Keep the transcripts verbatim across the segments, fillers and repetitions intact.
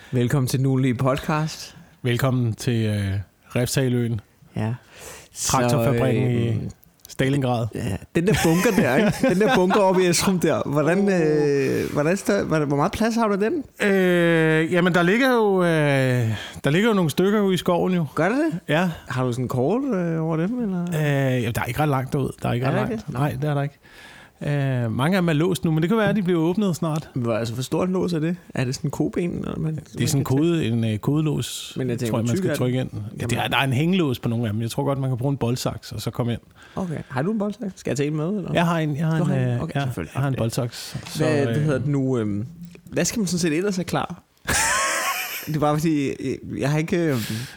Velkommen til den ugenlige podcast. Velkommen til øh, Refshaleøen. Ja. Traktorfabrikken øh, i Stalingrad. Ja, den der bunker der, ikke? Den der bunker oppe i Esrum der. Hvordan, øh, hvordan stør, hvor meget plads har du den? Øh, jamen, der ligger jo øh, der ligger jo nogle stykker ude i skoven jo. Gør det det? Ja. Har du sådan en kort øh, over dem? Eller? Øh, jamen, der er ikke ret langt derud. Der er ikke er ret der langt. ikke? Nej, det er der ikke. Øh, mange af dem er låst nu, men det kan være, at de bliver åbnet snart. Hvor, altså, hvor stort lås er det? Er det sådan en koben? Eller man, Det er sådan en, kode, en uh, kodelås, men jeg tænker, tror jeg, man skal trykke ind. Ja, det er, der er en hængelås på nogle af dem. Jeg tror godt, man kan bruge en boldsaks og så komme ind. Okay. Har du en boldsaks? Skal jeg tage en med? Eller? Jeg har en, jeg har en, en? Okay, ja, jeg har en boldsaks. Så, hvad, øh, det hedder det nu, øh, hvad skal man sådan set ellers have klar? Det er bare fordi, jeg har ikke... Øh,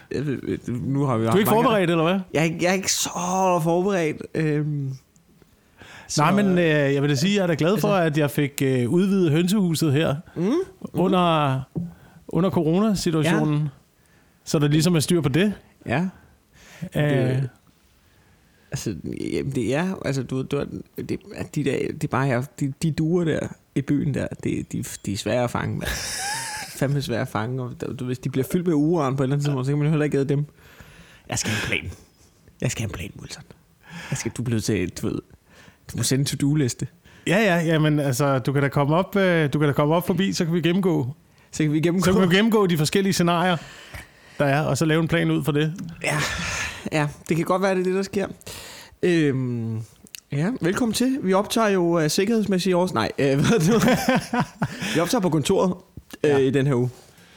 nu har vi du er ikke forberedt, eller hvad? Jeg er, jeg er ikke så forberedt. Øh, Så, Nej, men øh, jeg vil da sige, at jeg er da glad for, altså, at jeg fik øh, udvidet hønsehuset her mm, mm. under, under coronasituationen. Ja. Så der ligesom er styr på det. Ja. Æh, det, altså, jamen, det er... Altså, du, du, det, de, der, det er bare her... De, de duer der i byen der, det, de, de er svære at fange. Fandme svære at fange. Og, du, hvis de bliver fyldt med uran på et eller andet tidspunkt, så kan man jo heller ikke æde dem. Jeg skal have en plan. Jeg skal have en plan, Wilson. Jeg skal... Du bliver til... Du ved... Du må sende en to-do-liste. Ja, ja, ja, men altså, du kan da komme op, øh, du kan da komme op forbi, så kan vi gennemgå. Så kan vi gennemgå. Så kan vi gennemgå de forskellige scenarier, der er, og så lave en plan ud for det. Ja, ja, det kan godt være, det er det, der sker. Øhm, ja, velkommen til. Vi optager jo uh, sikkerhedsmæssige års... Nej, øh, hvad er det? Vi optager på kontoret øh, ja. i den her uge.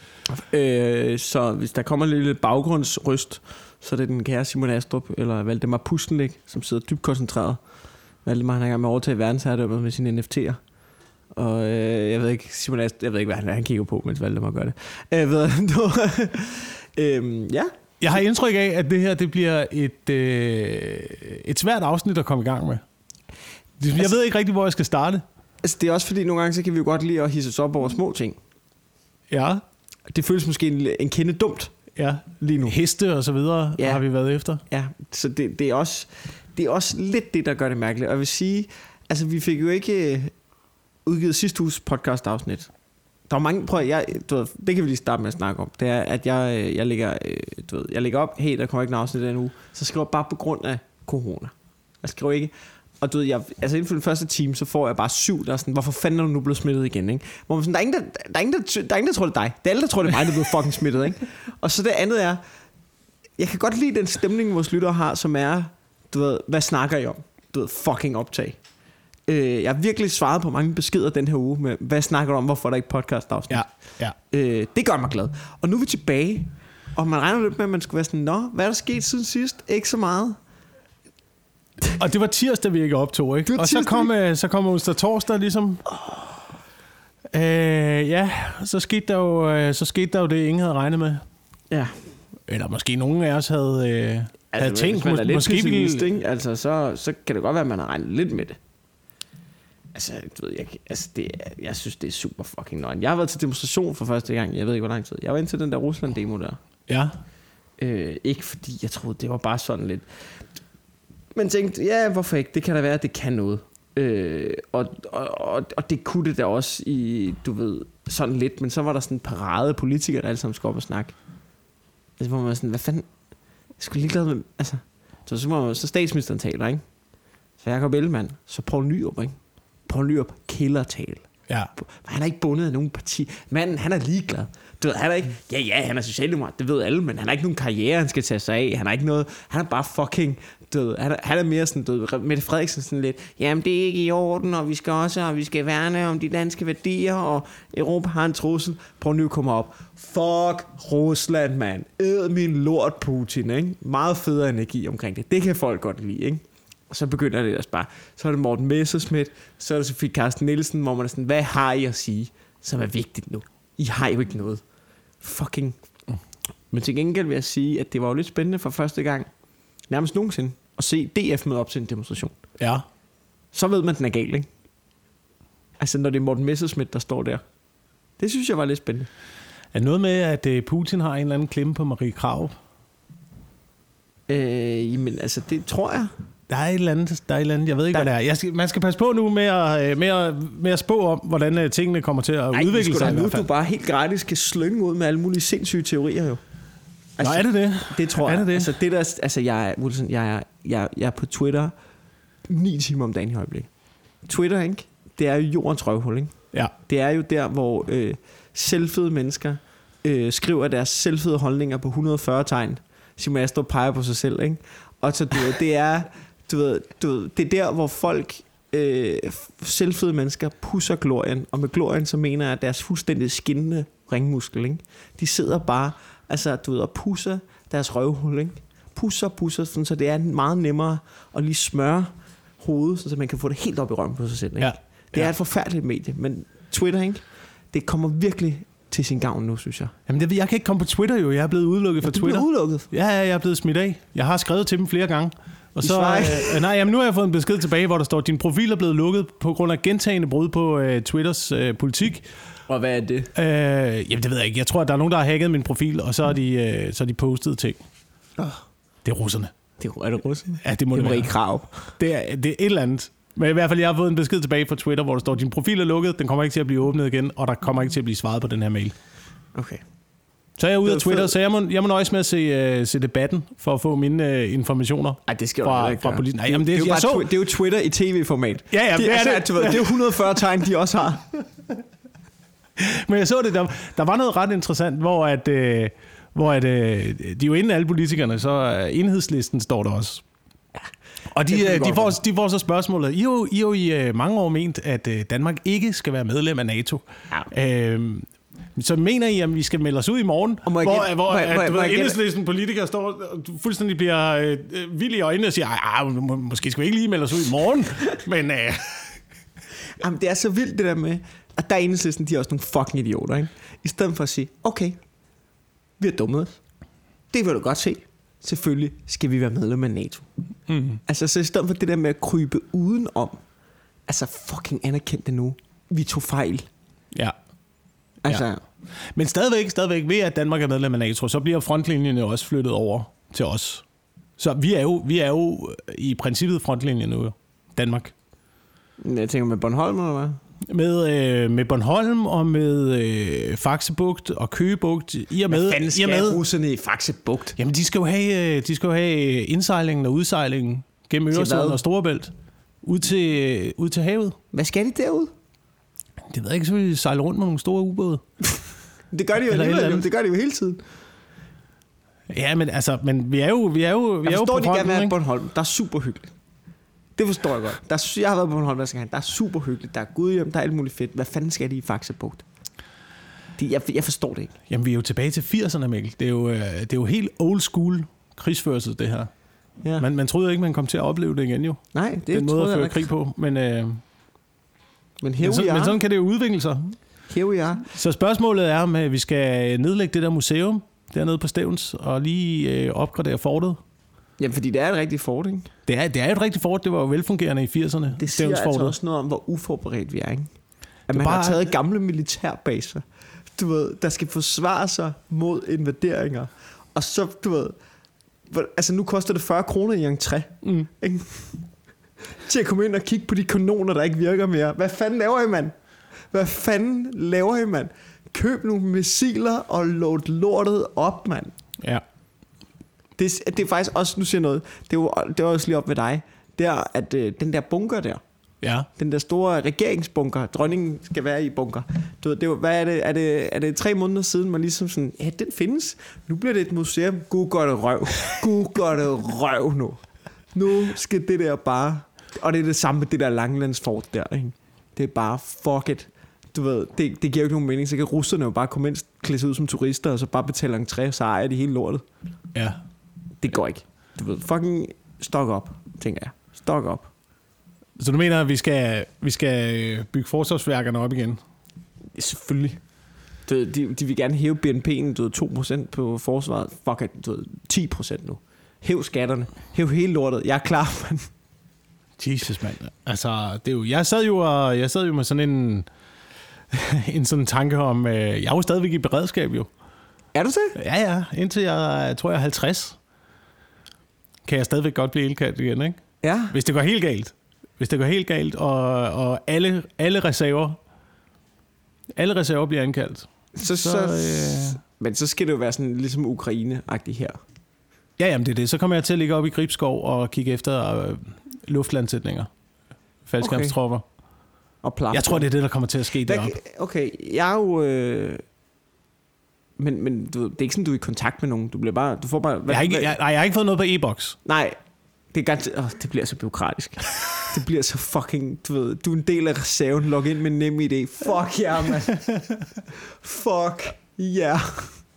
Øh, så hvis der kommer en lille baggrundsryst, så er det den kære Simon Astrup, eller Valdemar Pustelnik, som sidder dybt koncentreret. Valdemar, han er i gang med at overtage verdensherredømmet med sine N F T'er. Og øh, jeg ved ikke, Simon Astrup, jeg ved ikke, hvad han, han kigger på, mens Valdemar gør det. Øh, ved du, øhm, ja. Jeg har indtryk af, at det her det bliver et, øh, et svært afsnit at komme i gang med. Jeg altså, ved ikke rigtig, hvor jeg skal starte. Altså, det er også fordi, nogle gange så kan vi jo godt lide at hisse os op over små ting. Ja. Det føles måske en, en kende dumt. Ja, lige nu. Heste og så videre ja. har vi været efter. Ja, så det, det, er også, det er også lidt det, der gør det mærkeligt. Og jeg vil sige, altså vi fik jo ikke udgivet sidste uges podcast afsnit. Der var mange, prøv jeg, du ved, det kan vi lige starte med at snakke om. Det er, at jeg, jeg, lægger, du ved, jeg lægger op, hey, der kommer ikke en afsnit den uge. Så skriver jeg bare på grund af corona. Jeg skriver ikke... Og du ved, jeg, altså inden for den første time, så får jeg bare syv, der er sådan, hvorfor fanden er du nu blevet smittet igen, ikke? Hvor man sådan, der er ingen, der, der, er ingen, der, der, er ingen, der tror, det er dig. Det er alle, der tror, det er mig, der er blevet fucking smittet, ikke? Og så det andet er, jeg kan godt lide den stemning, vores lyttere har, som er, du ved, hvad snakker I om? Du ved, fucking optag. Øh, jeg har virkelig svaret på mange beskeder den her uge med, hvad snakker du om, hvorfor er der ikke podcast afsnit? Ja, ja. Øh, det gør mig glad. Og nu er vi tilbage, og man regner lidt med, at man skulle være sådan, nå, hvad er der sket siden sidst? Ikke så meget. Og det var tirsdag, vi ikke optog, ikke? Og så kom, øh, så kom onsdag torsdag ligesom. Øh, ja, så skete der jo, øh, så skete der jo det, ingen havde regnet med. Ja. Eller måske nogen af os havde, øh, altså, havde tænkt, hvis man er lidt måske pessimist, ikke? Altså, så, så kan det godt være, at man har regnet lidt med det. Altså, du ved, jeg, altså det, jeg synes, det er super fucking nøgen. Jeg har været til demonstration for første gang, jeg ved ikke, hvor lang tid. Jeg var ind til den der Rusland-demo der. Ja. Øh, ikke fordi, jeg troede, det var bare sådan lidt... Men tænkte, ja, hvorfor ikke? Det kan da være, at det kan noget. Øh, og, og, og det kunne det da også i, du ved, sådan lidt. Men så var der sådan en parade politikere, der alle sammen skulle op og snakke. Altså, hvor man var sådan, hvad fanden? Jeg skulle ligeglad med, altså... Så, så, man, så statsministeren taler, ikke? Så Jacob Ellemann, så Poul Nyrup, ikke? Poul Nyrup, kældertale. Ja. Han er ikke bundet af nogen parti. Manden, han er ligeglad. Du ved, han er ikke... Ja, ja, han er socialdemokrat, det ved alle, men han har ikke nogen karriere, han skal tage sig af. Han har ikke noget... Han er bare fucking... Du ved, han, er, han er mere sådan... Du ved, Mette Frederiksen sådan lidt... Jamen, det er ikke i orden, og vi skal også... Og vi skal værne om de danske værdier, og Europa har en trussel. Prøv nu at komme op. Fuck Rusland, mand. Æd min lort, Putin, ikke? Meget federe energi omkring det. Det kan folk godt lide, ikke? Og så begynder det ellers bare. Så er det Morten Messerschmidt, så er det Sofie Carsten Nielsen, hvor man er sådan, hvad har I at sige, som er vigtigt nu? I har jo ikke noget. Fucking. Men til gengæld vil jeg sige, at det var jo lidt spændende for første gang, nærmest nogensinde, at se D F møde op til en demonstration. Ja. Så ved man, den er gal, ikke? Altså, når det er Morten Messerschmidt, der står der. Det synes jeg var lidt spændende. Er noget med, at Putin har en eller anden klemme på Marie Krarup? Øh, jamen, altså, det tror jeg. Der er et eller andet, der er et eller andet, jeg ved ikke, der, hvad det er. Jeg skal, man skal passe på nu med at, med at, med at spå om, hvordan tingene kommer til at Ej, udvikle sig. Nej, nu du bare helt gratis kan slynge ud med alle mulige sindssyge teorier jo. Altså, Nå, er det det? Det tror er jeg. Det det? Altså, det der, altså jeg, Wilson, jeg, er, jeg, jeg er på Twitter ni timer om dagen i øjeblikket. Twitter, ikke? Det er jo jordens røvhul, ikke? Ja. Det er jo der, hvor øh, selvfede mennesker øh, skriver deres selvfede holdninger på et hundrede og fyrre tegn. Simon Astrup peger på sig selv, ikke? Og så du ved, det er, du ved, du ved, det er der, hvor folk, øh, selvfede mennesker, pusser glorien. Og med glorien, så mener jeg, at deres fuldstændig skinnende ringmuskel, ikke? De sidder bare, altså, du ved, og pusser deres røvhul, ikke? Pusser, pusser, sådan, så det er meget nemmere at lige smøre hovedet, så man kan få det helt op i røven på sig selv, ikke? Ja. Det er ja. et forfærdeligt medie, men Twitter, ikke? Det kommer virkelig til sin gavn nu, synes jeg. Jamen, det, jeg kan ikke komme på Twitter jo. Jeg er blevet udelukket fra ja, Twitter. Du er udelukket? Ja, jeg er blevet smidt af. Jeg har skrevet til dem flere gange. Og I så, øh, nej, jamen, nu har jeg fået en besked tilbage, hvor der står, din profil er blevet lukket på grund af gentagende brud på øh, Twitters øh, politik. Og hvad er det? Øh, jamen, det ved jeg ikke. Jeg tror, at der er nogen, der har hacket min profil, og så har de, øh, så har de postet ting. Oh. Det er russerne. Det er, er det russerne? Ja, det må det, det være. Krav. Det er, det er et eller andet. Men i hvert fald, jeg har fået en besked tilbage fra Twitter, hvor der står, din profil er lukket, den kommer ikke til at blive åbnet igen, og der kommer ikke til at blive svaret på den her mail. Okay. Så er jeg ude af Twitter, så jeg må, jeg må nøjes med at se, uh, se debatten, for at få mine uh, informationer. Ej, det skal fra, jo ikke fra politi- Nej, jamen, det, det, er jo jeg så... tw- det er jo Twitter i tv-format. Ja, ja, det, det er altså, det. Du ved, det er jo et hundrede og fyrre tegn, de også har. Men jeg så det, der, der var noget ret interessant, hvor at, øh, hvor at, øh, de er jo inde alle politikerne, så uh, enhedslisten står der også. Og de, de, får, de får så spørgsmålet, I har jo i uh, mange år ment, at uh, Danmark ikke skal være medlem af NATO. Ja. Øhm, så mener I, at vi skal melde os ud i morgen, hvor, hvor, hvor at, du ved, enhedslisten politikere står og fuldstændig bliver øh, vild i øjnene og siger, ah, må, måske skal vi ikke lige melde os ud i morgen, men... Øh. Jamen, det er så vildt det der med, at der er enhedslisten, de er også nogle fucking idioter, ikke? I stedet for at sige, okay, vi har dummet os. Det vil du godt se. Selvfølgelig skal vi være medlem af NATO. Mm. Altså, så i stedet for det der med at krybe udenom, altså fucking anerkend det nu. Vi tog fejl. Ja. Altså... Ja. Men stadigvæk, stadigvæk ved, at Danmark er medlem af NATO, så bliver frontlinjen jo også flyttet over til os. Så vi er jo, vi er jo i princippet frontlinjen nu, Danmark. Jeg tænker med Bornholm, eller hvad? Med, øh, med Bornholm og med øh, Faxebugt og Køgebugt. I og med, hvad fanden skal med, russerne i Faxebugt? Jamen, de skal jo have, de skal jo have indsejlingen og udsejlingen gennem Øresund og Storebælt ud til, ud til havet. Hvad skal de derude? Det ved jeg ikke, så vil de sejle rundt med nogle store ubåde. Det gør de jo alligevel, det gør de jo hele tiden. Ja, men altså, men vi er jo, vi er jo, vi jeg er jo på forstår, de gerne være på Bornholm. Der er super hyggeligt. Det forstår jeg godt. Der er, jeg har været på Bornholm, der er super hyggeligt. Der er gudhjem, der er alt muligt fedt. Hvad fanden skal de i Faxebugt? De, jeg, jeg forstår det ikke. Jamen, vi er jo tilbage til firserne, Mikkel. Det er jo, det er jo helt old school krigsførsel, det her. Ja. Man, man troede ikke, man kom til at opleve det igen, jo. Nej, det Den måde at føre krig på, men... Øh, Men, her men, så, men sådan kan det jo udvikle sig. Here we are. Så spørgsmålet er, om vi skal nedlægge det der museum dernede på Stevns og lige øh, opgradere fortet. Jamen, fordi det er et rigtigt fort, ikke? Det er, det er et rigtigt fort. Det var jo velfungerende i firserne. Det siger altså også noget om, hvor uforberedt vi er, ikke? At man bare... har taget gamle militærbaser, du ved, der skal forsvare sig mod invaderinger. Og så, du ved... Altså, nu koster det fyrre kroner i entré. Mm. Ikke? Til at komme ind og kigge på de kanoner, der ikke virker mere. Hvad fanden laver I, mand? Hvad fanden laver I, mand? Køb nogle missiler og load lortet op, mand. Ja. Det, det er faktisk også, nu siger jeg noget, det var, det var også lige op ved dig, der at øh, den der bunker der, ja. Den der store regeringsbunker, dronningen skal være i bunker. Du ved, det var, hvad er det, er det, er det tre måneder siden, man ligesom sådan, ja, den findes. Nu bliver det et museum. Gud gør det røv. Gud gør det røv nu. Nu skal det der bare, og det er det samme med det der Langelandsfort der, ikke? Det er bare, fuck it. Du ved, det, det giver jo ikke nogen mening. Så kan russerne jo bare komme ind, klæde sig ud som turister, og så bare betale entré, så ejer de hele lortet. Ja. Det går ikke. Du ved, fucking stok op, tænker jeg. Stok op. Så du mener, at vi skal, vi skal bygge forsvarsværkerne op igen? Ja, selvfølgelig. Du ved, de, de vil gerne hæve B N P'en, du ved, to procent på forsvaret. Fuck it, du ved, ti procent nu. Hæv skatterne. Hæv hele lortet. Jeg er klar, mand. Jesus, mand. Altså, det er jo, jeg sad jo, og, jeg sad jo med sådan en, en sådan tanke om, øh, jeg er jo stadigvæk i beredskab jo. Er du det? Ja, ja. Indtil jeg, jeg tror jeg er halvtreds, kan jeg stadigvæk godt blive elkaldt igen, ikke? Ja. Hvis det går helt galt. Hvis det går helt galt, og, og alle, alle reserver, alle reserver bliver ankaldt. Så, så, så, øh... Men så skal det jo være sådan ligesom Ukraine-agtigt her. Ja, jamen det er det. Så kommer jeg til at ligge op i Gribskov og kigge efter øh, luftlandsætninger. Faldskærmstropper. Okay. Jeg tror, det er det, der kommer til at ske deroppe. Okay, jeg er jo... Øh... Men, men du, det er ikke sådan, du er i kontakt med nogen. Du bliver bare... Du får bare... Jeg har ikke, jeg, nej, jeg har ikke fået noget på e-boks. Nej, det er ganske... Oh, det bliver så bureaukratisk. Det bliver så fucking... Du ved, du er en del af reserven. Log ind med NemID. Fuck ja, yeah, man. Fuck ja. Yeah.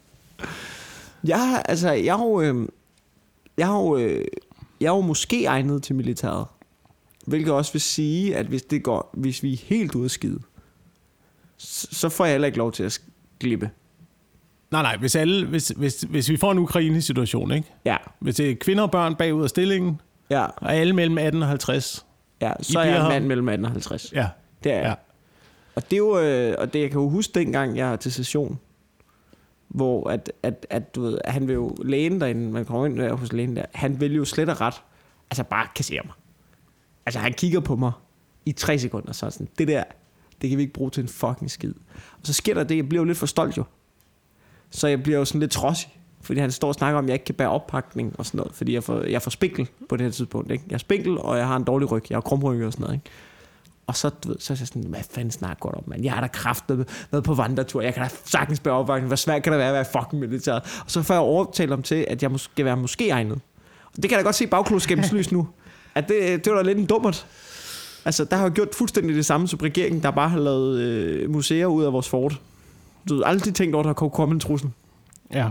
Jeg, altså, jeg er jo... Øh... Jeg er jo... Øh... Jeg er jo måske egnet til militæret. Hvilket også vil sige, at hvis det går... Hvis vi er helt ude af skide, så får jeg heller ikke lov til at glippe. Nej, nej, hvis, alle, hvis, hvis, hvis vi får en Ukraine-situation, ikke? Ja. Hvis det er kvinder og børn bagud af stillingen, ja. Og alle mellem atten og halvtreds. Ja, så er jeg en mand mellem atten og halvtreds. Ja. Det er jeg. Ja. Og det er jo, øh, og det jeg kan jo huske dengang, jeg er til session, hvor at, at, at du ved, han vil jo, lægen derinde, man kommer ind der hos lægen der, han vil jo slet og ret, altså bare kassere mig. Altså han kigger på mig i tre sekunder, så sådan, det der, det kan vi ikke bruge til en fucking skid. Og så sker der det, jeg bliver jo lidt for stolt jo. Så jeg bliver jo sådan lidt trodsig, fordi han står og snakker om, at jeg ikke kan bære oppakning og sådan noget, fordi jeg får, jeg får spinkel på det her tidspunkt, ikke? Jeg er spinkel, og jeg har en dårlig ryg, jeg har krumryg og sådan noget, ikke? Og så, du ved, så er jeg sådan, hvad fanden snakker godt om, mand? Jeg har da kraftet med på vandretur, jeg kan da sagtens bære oppakning, hvor svært kan det være at være fucking militæret? Og så får jeg overtalt ham til, at jeg skal være måske egnet. Og det kan jeg da godt se bagklodskabens lys nu, at det, det var da lidt en dummert. Altså, der har jo gjort fuldstændig det samme som regeringen, der bare har lavet øh, museer ud af vores fort. Du har aldrig tænkt over, der kunne komme en trussel. Ja.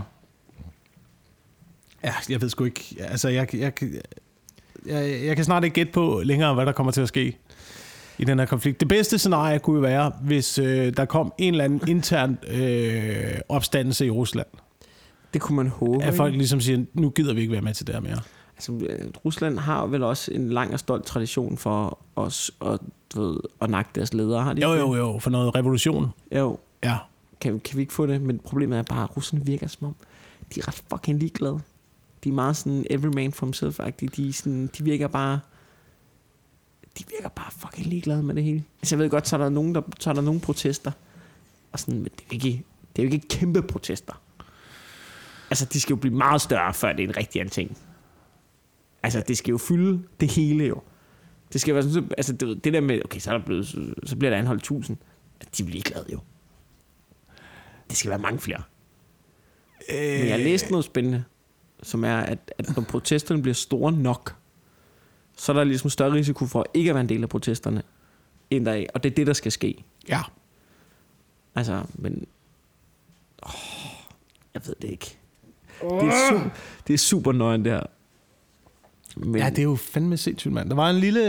Ja, jeg ved sgu ikke. Altså, jeg, jeg, jeg, jeg kan snart ikke gætte på længere, hvad der kommer til at ske i den her konflikt. Det bedste scenarie kunne jo være, hvis øh, der kom en eller anden intern øh, opstandelse i Rusland. Det kunne man håbe. At folk ligesom siger, nu gider vi ikke være med til det her mere. Altså, Rusland har vel også en lang og stolt tradition for os at, du ved, at nakke deres ledere. Har de jo, jo, jo, for noget revolution. Jo. Ja. Kan, kan vi ikke få det? Men problemet er bare, at russerne virker som om, de er ret fucking ligeglade. De er meget sådan every man for himself-agtige. De, sådan, de virker bare... De virker bare fucking ligeglade med det hele. Altså, jeg ved godt, så er der nogen, der, så er der nogle protester. Og sådan, men det er, ikke, det er jo ikke kæmpe protester. Altså, de skal jo blive meget større, før det er en rigtig ting. Altså, det skal jo fylde det hele jo. Det skal være sådan, altså det, det der med, okay, så, er der blevet, så bliver der anholdt tusind. De bliver glade jo. Det skal være mange flere. Øh... Men jeg har læst noget spændende, som er, at, at når protesterne bliver store nok, så er der ligesom større risiko for ikke at være en del af protesterne, end der er. Og det er det, der skal ske. Ja. Altså, men... Åh, jeg ved det ikke. Det er super, det er super nøgen, det her. Men... Ja, det er jo fandme sindssygt, mand. Der var en lille...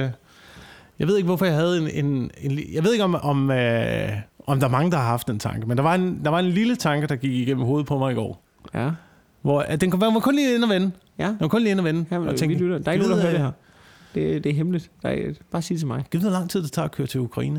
Jeg ved ikke, hvorfor jeg havde en... en, en jeg ved ikke, om, om, øh, om der er mange, der har haft en tanke, men der var en, der var en lille tanke, der gik igennem hovedet på mig i går. Ja. Hvor at den var kun lige ind og vende. Ja. Den var kun lige ind og vende. Ja, og tænkte, lytter. Der er ikke nogen, der hører det her. Det, det er hemmeligt. Der er, bare sig det til mig. Giv hvor lang tid det tager at køre til Ukraine.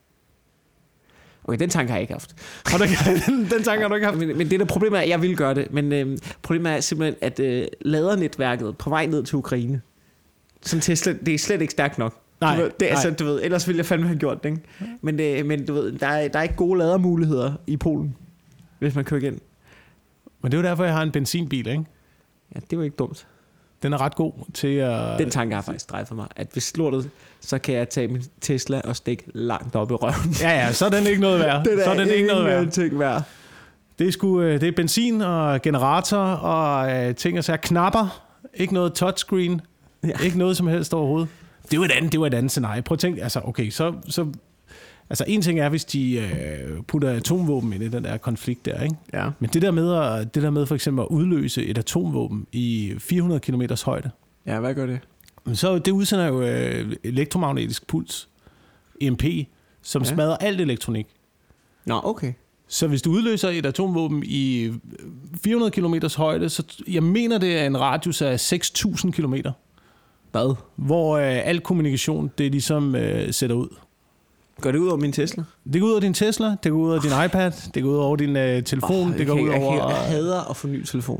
Okay, den tanke har jeg ikke haft. Har du ikke, den, den tanke har du ikke haft? Men, men det der problemet er, at jeg vil gøre det. Men øh, problemet er simpelthen, at øh, ladernetværket på vej ned til Ukraine, som Tesla, det er slet ikke stærkt nok. Nej, du ved, det, altså, du ved, ellers ville jeg fandme have gjort det, ikke? Men, det, men du ved, der er, der er ikke gode ladermuligheder i Polen, hvis man kører igen. Men det er jo derfor, jeg har en benzinbil, ikke? Ja, det var ikke dumt. Den er ret god til at... Den tanke har faktisk drejet for mig, at hvis lortet, så kan jeg tage min Tesla og stikke langt op i røven. Ja, ja, så er den ikke noget værd. Det er, så er den ikke noget værd. Ting værd. Det er, sgu, det er benzin og generator og uh, ting og sager. Knapper. Ikke noget touchscreen. Ja. Ikke noget som helst overhovedet. Det er jo et andet, det er jo et andet scenarie. Prøv at tænke, altså okay, så... så altså en ting er, hvis de øh, putter atomvåben ind i den der konflikt der, ikke? Ja. Men det der, med at, det der med for eksempel at udløse et atomvåben i fire hundrede kilometers højde. Ja, hvad gør det? Så det udsender jo øh, elektromagnetisk puls, E M P, som ja. smadrer alt elektronik. Nå, okay. Så hvis du udløser et atomvåben i fire hundrede kilometers højde, så jeg mener, det er en radius af seks tusind kilometer. Hvad? Hvor øh, al kommunikation, det ligesom øh, sætter ud. Går det ud over min Tesla? Det går ud over din Tesla, det går ud over din iPad, det går ud over din øh, telefon, oh, det går ud over... Jeg, jeg hader at få ny telefon.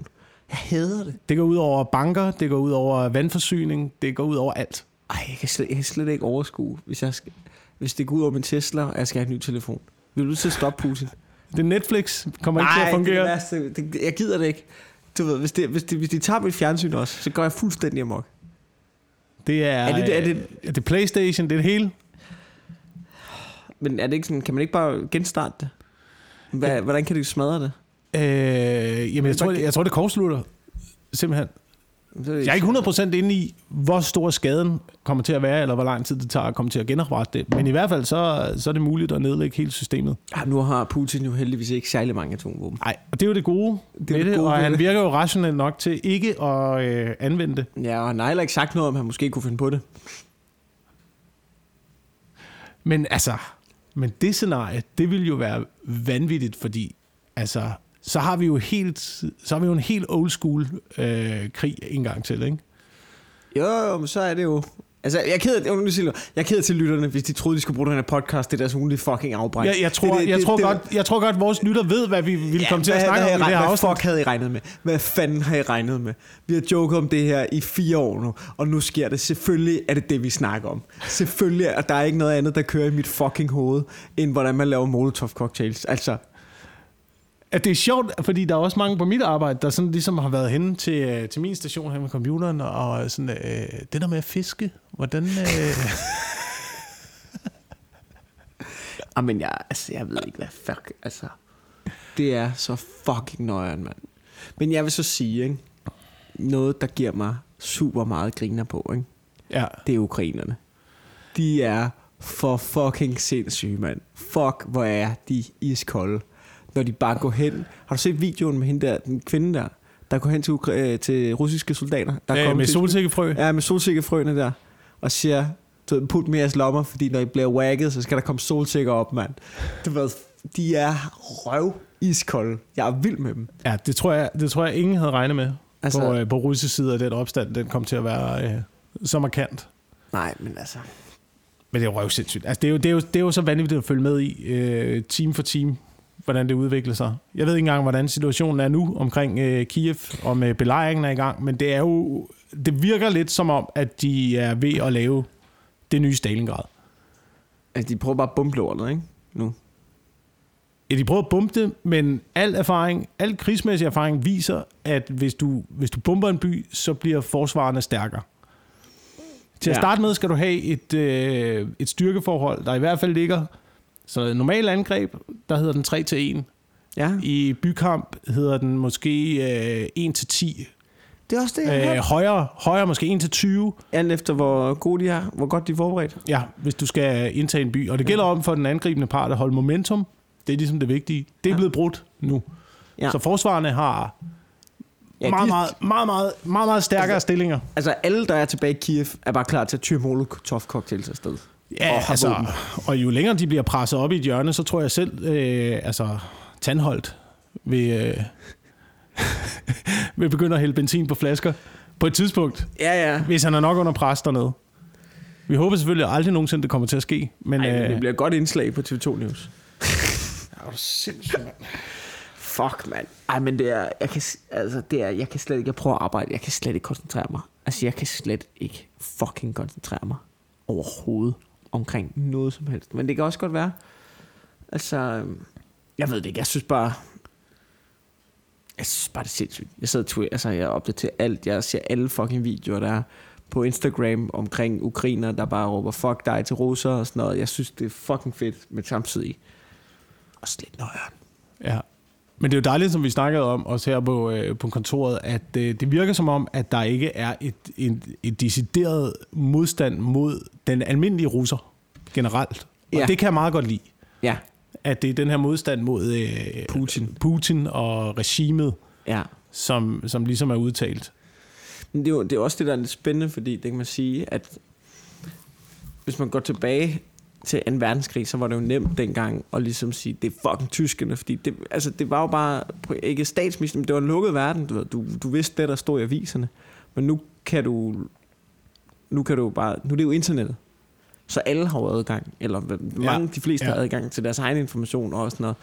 Jeg hader det. Det går ud over banker, det går ud over vandforsyning, det går ud over alt. Ej, jeg kan slet, jeg kan slet ikke overskue, hvis, jeg skal, hvis det går ud over min Tesla, og jeg skal have en ny telefon. Vil du til at stoppe Putin? Det Netflix kommer ikke til at fungere. Nej, det er det værste. Det, jeg gider det ikke. Du ved, hvis, det, hvis, det, hvis de tager mit fjernsyn også, så går jeg fuldstændig amok. Det er, er, det, er, det, er det PlayStation, det er det hele? Men er det ikke sådan, kan man ikke bare genstarte det? Hvad, ja. Hvordan kan du smadre det? Øh, jamen, jeg tror, det, jeg tror, det kortslutter. Simpelthen. Jeg er ikke hundrede procent inde i, hvor stor skaden kommer til at være, eller hvor lang tid det tager at komme til at genoprette det. Men i hvert fald, så, så er det muligt at nedlægge hele systemet. Ja, nu har Putin jo heldigvis ikke særlig mange atomvåben. Nej, og det er jo det gode det med det, gode og han det. Virker jo rationelt nok til ikke at øh, anvende det. Ja, og han har heller ikke sagt noget om, han måske kunne finde på det. Men altså, men det scenarie, det vil jo være vanvittigt, fordi altså... så har vi jo helt, så har vi jo en helt old school øh, krig en gang til, ikke? Jo, jo, men så er det jo... Altså, jeg er ked af, jeg er ked af til lytterne, hvis de troede, de skulle bruge den her podcast, det er deres ugenlige fucking afbræk. Jeg, jeg, tror, det, det, jeg, det, tror det, godt, jeg tror godt, vores lytter ved, hvad vi ville ja, komme til at snakke om i det her afsnit. Hvad fuck havde I regnet med? Hvad fanden har I regnet med? Vi har joket om det her i fire år nu, og nu sker det. Selvfølgelig er det det, vi snakker om. Selvfølgelig, og der er ikke noget andet, der kører i mit fucking hoved, end hvordan man laver Molotov cocktails. Altså... At det er sjovt, fordi der er også mange på mit arbejde, der sådan ligesom har været henne til, til min station her med computeren, og sådan, øh, det der med at fiske, hvordan... Øh... Jamen, jeg, altså, jeg ved ikke, hvad fuck, altså... Det er så fucking nøjeren, mand. Men jeg vil så sige, ikke? Noget, der giver mig super meget griner på, ikke? Ja. Det er ukrainerne. De er for fucking sindssyge, mand. Fuck, hvor er de iskolde. Når de bare går hen... Har du set videoen med hende der, den kvinde der, der går hen til, Ukra- til russiske soldater? Der ja, med solsikkefrø. Ja, med solsikkefrøene der. Og siger, put med jeres lommer, fordi når I bliver wagget, så skal der komme solsikker op, mand. Du ved, de er røv iskolde. Jeg er vild med dem. Ja, det tror jeg, det tror jeg ingen havde regnet med. Altså, på, på russisk side af den opstand, den kom til at være øh, så markant. Nej, men altså... Men det er jo røv sindssygt. Altså, det er jo, det er jo, det er jo så vanvittigt at følge med i, øh, time for time, hvordan det udvikler sig. Jeg ved ikke engang, hvordan situationen er nu omkring øh, Kiev, og med belejringen er i gang, men det er jo, det virker lidt som om, at de er ved at lave det nye Stalingrad. Altså, de prøver bare at bombe lortet, ikke? Nu. Ja, de prøver at bombe det, men al erfaring, al krigsmæssig erfaring viser, at hvis du, hvis du bomber en by, så bliver forsvarerne stærkere. Til at Ja. starte med skal du have et, øh, et styrkeforhold, der i hvert fald ligger. Så et normalt angreb, der hedder den tre til en. Ja. I bykamp hedder den måske øh, en til ti. Det er også det, jeg Øh, har. højere, højere måske en til tyve. Alt efter, hvor gode de er, hvor godt de er forberedt. Ja, hvis du skal indtage en by. Og det gælder om for den angribende part at holde momentum. Det er ligesom det vigtige. Det er Ja. blevet brudt nu. Ja. Så forsvarerne har Ja, meget, de- meget, meget, meget, meget, meget stærkere Altså- stillinger. Altså, alle, der er tilbage i Kiev, er bare klar til at tyre Molotov cocktails afsted. Ja, og har altså, våben. og jo længere de bliver presset op i et hjørne, så tror jeg selv, øh, altså, Tandholt vil, øh, vil begynde at hælde benzin på flasker på et tidspunkt, Ja, ja. hvis han er nok under pres dernede. Vi håber selvfølgelig aldrig nogensinde, det kommer til at ske. Men, Ej, men øh, det bliver et godt indslag på T V to News. er du sindssygt, mand. Fuck, mand. Ej, men det er, jeg kan, s- altså, det er, jeg kan slet ikke, jeg prøver at arbejde, jeg kan slet ikke koncentrere mig. Altså, jeg kan slet ikke fucking koncentrere mig overhovedet omkring noget som helst. Men det kan også godt være, altså, øhm, jeg ved det ikke, jeg synes bare, jeg synes bare, det er sindssygt. Jeg sidder og altså, jeg opdaterer alt, jeg ser alle fucking videoer, der er på Instagram omkring ukrainer, der bare råber fuck dig til russer og sådan noget. Jeg synes, det er fucking fedt, men samtidig også lidt nøjeren. Ja. Men det er jo dejligt, som vi snakkede om, også her på, øh, på kontoret, at øh, det virker som om, at der ikke er et, et, et decideret modstand mod den almindelige russer generelt. Og Ja. det kan jeg meget godt lide. Ja, At det er den her modstand mod øh, Putin. Putin og regimet, Ja. som, som ligesom er udtalt. Men det er, jo, det er også det, der er lidt spændende, fordi det kan man sige, at hvis man går tilbage til anden verdenskrig, så var det jo nemt dengang at ligesom sige, det er fucking tyskerne, fordi det, altså, det var jo bare, ikke statsminister, men det var en lukket verden, du, ved. du, du vidste det, der stod i aviserne, men nu kan du, nu kan du bare, nu er det jo internettet, så alle har jo adgang, eller mange, Ja, de fleste ja. har adgang til deres egen information og sådan noget,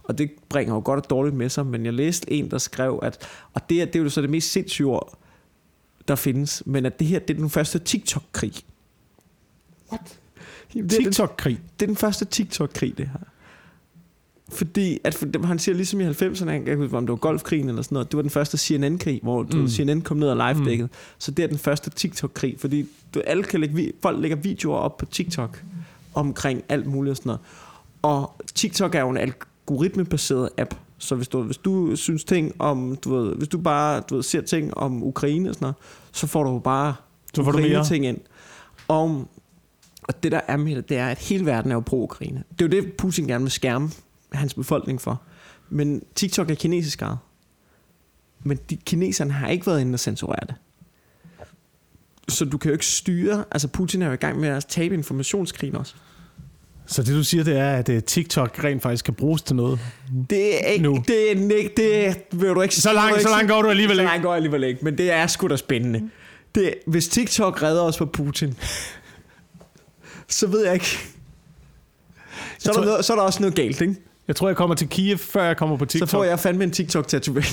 og det bringer jo godt og dårligt med sig, men jeg læste en, der skrev, at, og det er, det er jo så det mest sindssyge ord, der findes, men at det her, det er den første TikTok-krig. What? TikTok-krig? Det er den første TikTok-krig, det her. Fordi, at han siger ligesom i halvfemserne, jeg kan huske, om det var golfkrigen eller sådan noget, det var den første C N N-krig, hvor mm. C N N kom ned og live-dækket. Mm. Så det er den første TikTok-krig, fordi du, alle kan lægge, folk lægger videoer op på TikTok omkring alt muligt og sådan noget. Og TikTok er jo en algoritmebaseret app, så hvis du, hvis du synes ting om, du ved, hvis du bare du ved, ser ting om Ukraine og sådan noget, så får du bare så får du ting ind. Og, og det der er med det, det er, at hele verden er jo pro-Ukraine. Det er jo det, Putin gerne vil skærme hans befolkning for. Men TikTok er kinesisk ejet. Men de kineserne har ikke været inde og censurere det. Så du kan jo ikke styre, altså Putin er jo i gang med at tabe informationskrigen også. Så det du siger, det er, at TikTok rent faktisk kan bruges til noget? Det er ikke, nu. det er ikke, det er, vil du ikke så langt, så langt går du alligevel ikke. Så langt går jeg alligevel ikke, men det er sgu da spændende. Det, hvis TikTok redder os fra Putin, så ved jeg ikke. Så er, tror, der noget, så er der også noget galt, ikke? Jeg tror, jeg kommer til Kiev, før jeg kommer på TikTok. Så får jeg fandme en TikTok-tatovering.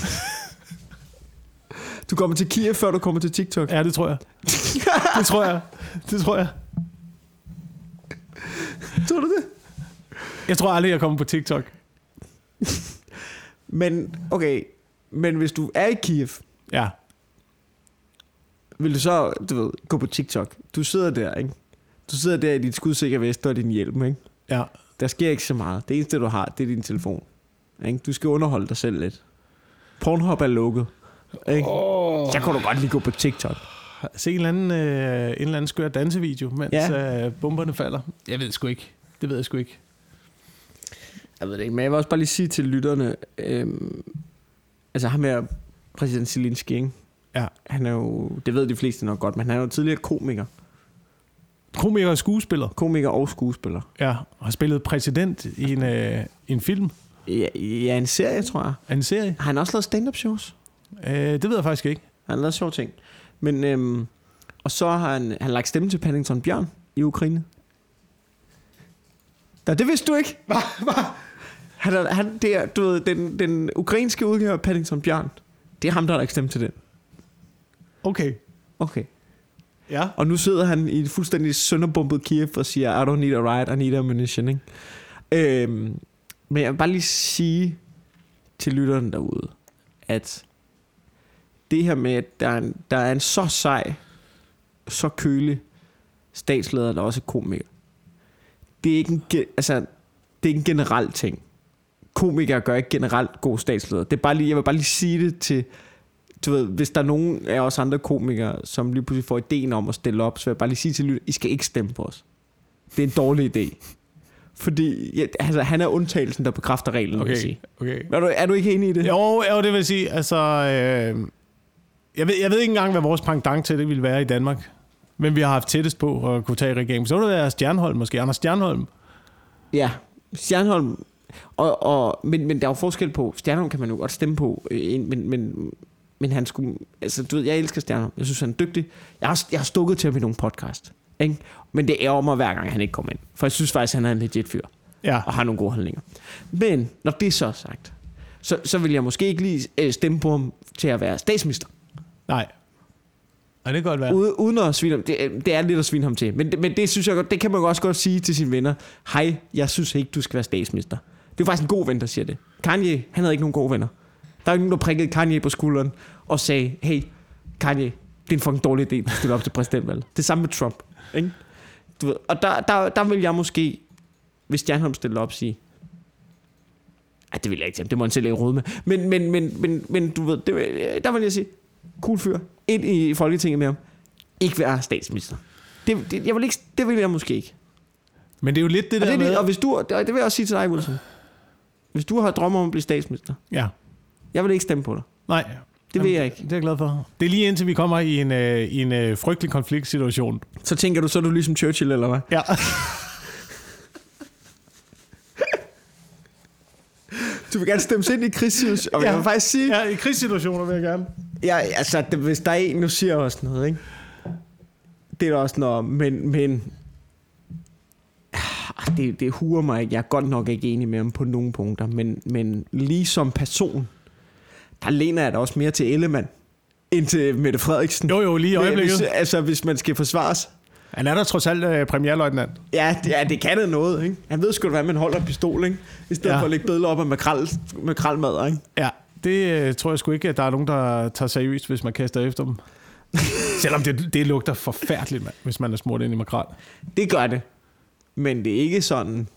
Du kommer til Kiev, før du kommer til TikTok. Ja, det tror jeg. Det tror jeg. Det tror jeg. Tror du det? Jeg tror aldrig, jeg kommer på TikTok. Men, okay. Men hvis du er i Kiev, ja, vil du så, du ved, gå på TikTok? Du sidder der, ikke? Du sidder der i dit skudsikre vest og din hjelm, ikke? Ja. Der sker ikke så meget. Det eneste, du har, det er din telefon. Ikke? Du skal underholde dig selv lidt. Pornhub er lukket. Ikke? Oh. Så kan du godt lige gå på TikTok. Se en eller anden, øh, en eller anden skør dansevideo, mens ja. øh, bomberne falder. Jeg ved sgu ikke. Det ved jeg sgu ikke. Jeg ved det ikke, men jeg vil også bare lige sige til lytterne, øh, altså ham her, præsident Zelensky, ikke? Ja. Han er jo, det ved de fleste nok godt, men han er jo tidligere komiker. Komiker og skuespiller. Komiker og skuespiller. Ja, og har spillet præsident i en, øh, en film. Ja, ja, en serie, tror jeg. En serie? Har han også lavet stand-up shows? Øh, det ved jeg faktisk ikke. Han har lavet sjove ting. Men, øhm, og så har han, han lagt stemme til Paddington Bjørn i Ukraine. Da, det vidste du ikke. Hvad? Hvad? Han er, han, det er, du ved, den, den ukrainske udgave af Paddington Bjørn. Det er ham, der har lagt stemme til den. Okay. Okay. Ja. Og nu sidder han i et fuldstændig sønderbumpet Kiev og siger, I don't need a ride, I need ammunition, ikke? Øhm, men jeg vil bare lige sige til lytterne derude, at det her med, at der er en, der er en så sej, så kølig statsleder, der også er komiker. Det er ikke en, altså, det er ikke en generel ting. Komikere gør ikke generelt god statsleder. Det er bare lige, jeg vil bare lige sige det til, du ved, hvis der er nogen af os andre komikere, som lige pludselig får ideen om at stille op, så vil jeg bare lige sige til lytterne, I skal ikke stemme på os. Det er en dårlig idé. Fordi ja, altså, han er undtagelsen, der bekræfter reglen, okay, vil jeg sige. Okay. Er du, er du ikke enig i det? Jo, jo det vil sige, altså... Øh, jeg, ved, jeg ved ikke engang, hvad vores pendant til det ville være i Danmark. Men vi har haft tættest på at kunne tage regeringen. Så ville det være Stjernholm måske. Anders Stjernholm. Ja, Stjernholm. Og, og, men, men der er jo forskel på... Stjernholm kan man jo godt stemme på. Men, men, men han skulle... Altså, du ved, jeg elsker Stjernholm. Jeg synes, han er dygtig. Jeg har, jeg har stukket til ham i nogle podcast. Ikke? Men det ærger mig hver gang, han ikke kommer ind. For jeg synes faktisk, han er en legit fyr. Ja. Og har nogle gode handlinger. Men når det er så sagt, så, så vil jeg måske ikke lige stemme på ham til at være statsminister. Nej. Nej, det kan godt være. Uden, uden at svine ham. Det, det er lidt at svine ham til. Men, det, men det synes jeg godt, det kan man også godt sige til sine venner. Hej, jeg synes ikke, du skal være statsminister. Det er faktisk en god ven, der siger det. Kanye, han havde ikke nogen gode venner. Der er ikke nogen, der prikkede Kanye på skulderen og sagde, hey, Kanye, det er en fucking dårlig idé, at stille op til præsidentvalget. Det samme med Trump. Ikke? Du ved, og der, der, der vil jeg måske, hvis Stjernholm stiller op, sige, at det vil jeg ikke, det må han selv ikke råde med. Men, men, men, men, men du ved, det, der vil jeg sige, cool fyr, ind i Folketinget med ham, ikke være statsminister. Det, det, jeg vil ikke, det vil jeg måske ikke. Men det er jo lidt det og der det, med... Og hvis du, det vil jeg også sige til dig, Wilson. Hvis du har drømmer om at blive statsminister, ja. Jeg vil ikke stemme på dig. Nej. Det vil jeg ikke. Det er jeg glad for. Det er lige indtil vi kommer i en, øh, i en øh, frygtelig konfliktsituation. Så tænker du, så er du ligesom Churchill, eller hvad? Ja. Du vil gerne stemme ind i krigssituationer. Og ja. Jeg vil faktisk sige... Ja, i krigssituationer vil jeg gerne. Ja, altså, det, hvis der er en, nu siger jeg også noget, ikke? Det er der også noget, men... men det, det huer mig ikke. Jeg er godt nok ikke enig med ham på nogle punkter, men, men lige som person, der læner jeg da også mere til Ellemann, end til Mette Frederiksen. Jo, jo, lige i øjeblikket. Hvis, altså, hvis man skal forsvares. Han er der trods alt uh, premierløjtnant. Ja, det, ja, det kan da noget, ikke? Han ved sgu da, hvordan man holder pistol, ikke? I stedet ja. for at lægge billeder op af makrel, makrelmad, ikke? Ja, det uh, tror jeg sgu ikke, at der er nogen, der tager seriøst, hvis man kaster efter dem. Selvom det, det lugter forfærdeligt, man, hvis man er smurt ind i makrel. Det gør det. Men det er ikke sådan...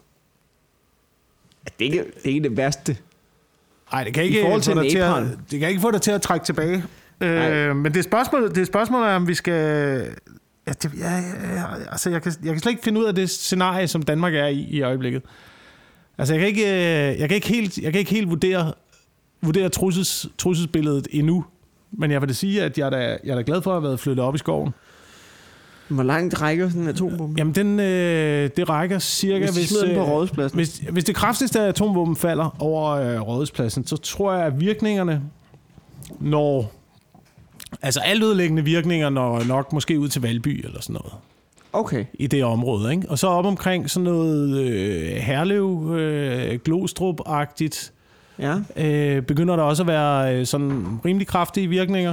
Det er ikke det, er ikke det værste. Nej, det kan ikke få dig til at, det kan ikke få dig til at trække tilbage. Øh, men det spørgsmål, det spørgsmål er, om vi skal... Ja, det, ja, ja, altså, jeg kan, jeg kan slet ikke finde ud af det scenarie, som Danmark er i i øjeblikket. Altså, jeg kan ikke, jeg kan ikke helt, jeg kan ikke helt vurdere, vurdere trussels, trusselsbilledet endnu. Men jeg vil da sige, at jeg er da, jeg er da glad for at have været flyttet op i skoven. Hvor langt rækker sådan en atombombe? Jamen, den, øh, det rækker cirka... Hvis de smider den på Rådhuspladsen? Hvis, hvis det kraftigste atomvåben falder over øh, Rådhuspladsen, så tror jeg, at virkningerne når... Altså, altødelæggende virkninger når nok måske ud til Valby eller sådan noget. Okay. I det område, ikke? Og så op omkring sådan noget øh, Herlev, øh, Glostrup-agtigt. Ja. Øh, begynder der også at være øh, sådan rimelig kraftige virkninger.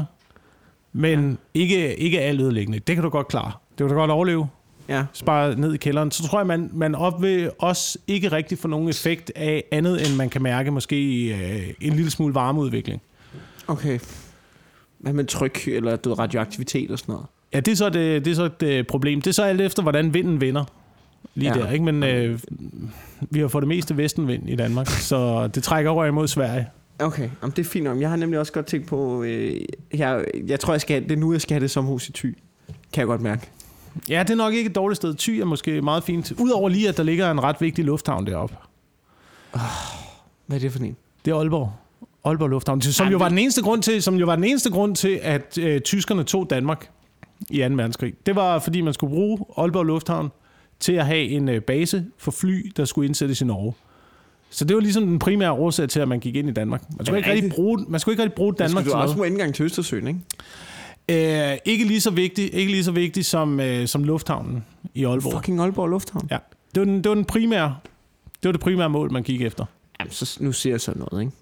Men ja. ikke, ikke altødelæggende. Det kan du godt klare. Det kan du godt overleve. Ja. Spare ned i kælderen. Så tror jeg, man, man op vil også ikke rigtig få nogen effekt af andet, end man kan mærke måske øh, en lille smule varmeudvikling. Okay. Hvad med tryk eller du, radioaktivitet og sådan noget? Ja, det er så, det, det er så et uh, problem. Det er så alt efter, hvordan vinden vender. Lige ja. der, ikke? Men øh, vi har fået det meste vestenvind i Danmark, så det trækker over imod Sverige. Okay, jamen, det er fint. Jeg har nemlig også godt tænkt på... Øh, jeg, jeg tror, jeg skal have, det er nu, jeg skal have det sommerhus i Thy. Kan jeg godt mærke. Ja, det er nok ikke et dårligt sted. Thy er måske meget fint. Udover lige, at der ligger en ret vigtig lufthavn deroppe. Oh, hvad er det for en? Det er Aalborg. Aalborg Lufthavn, som jo var den eneste grund til, som jo var den eneste grund til, at øh, tyskerne tog Danmark i anden verdenskrig. Det var, fordi man skulle bruge Aalborg Lufthavn til at have en øh, base for fly, der skulle indsættes i Norge. Så det var ligesom den primære årsag til, at man gik ind i Danmark. Man skulle, ikke rigtig, bruge, man skulle ikke rigtig bruge Danmark til noget. Du også må indgang til Østersøen, ikke? Øh, ikke lige så vigtigt, ikke lige så vigtigt som, øh, som lufthavnen i Aalborg. Fucking Aalborg Lufthavn? Ja. Det var, den, det var den primære, det var det primære mål, man gik efter. Jamen, så nu ser jeg så noget, ikke?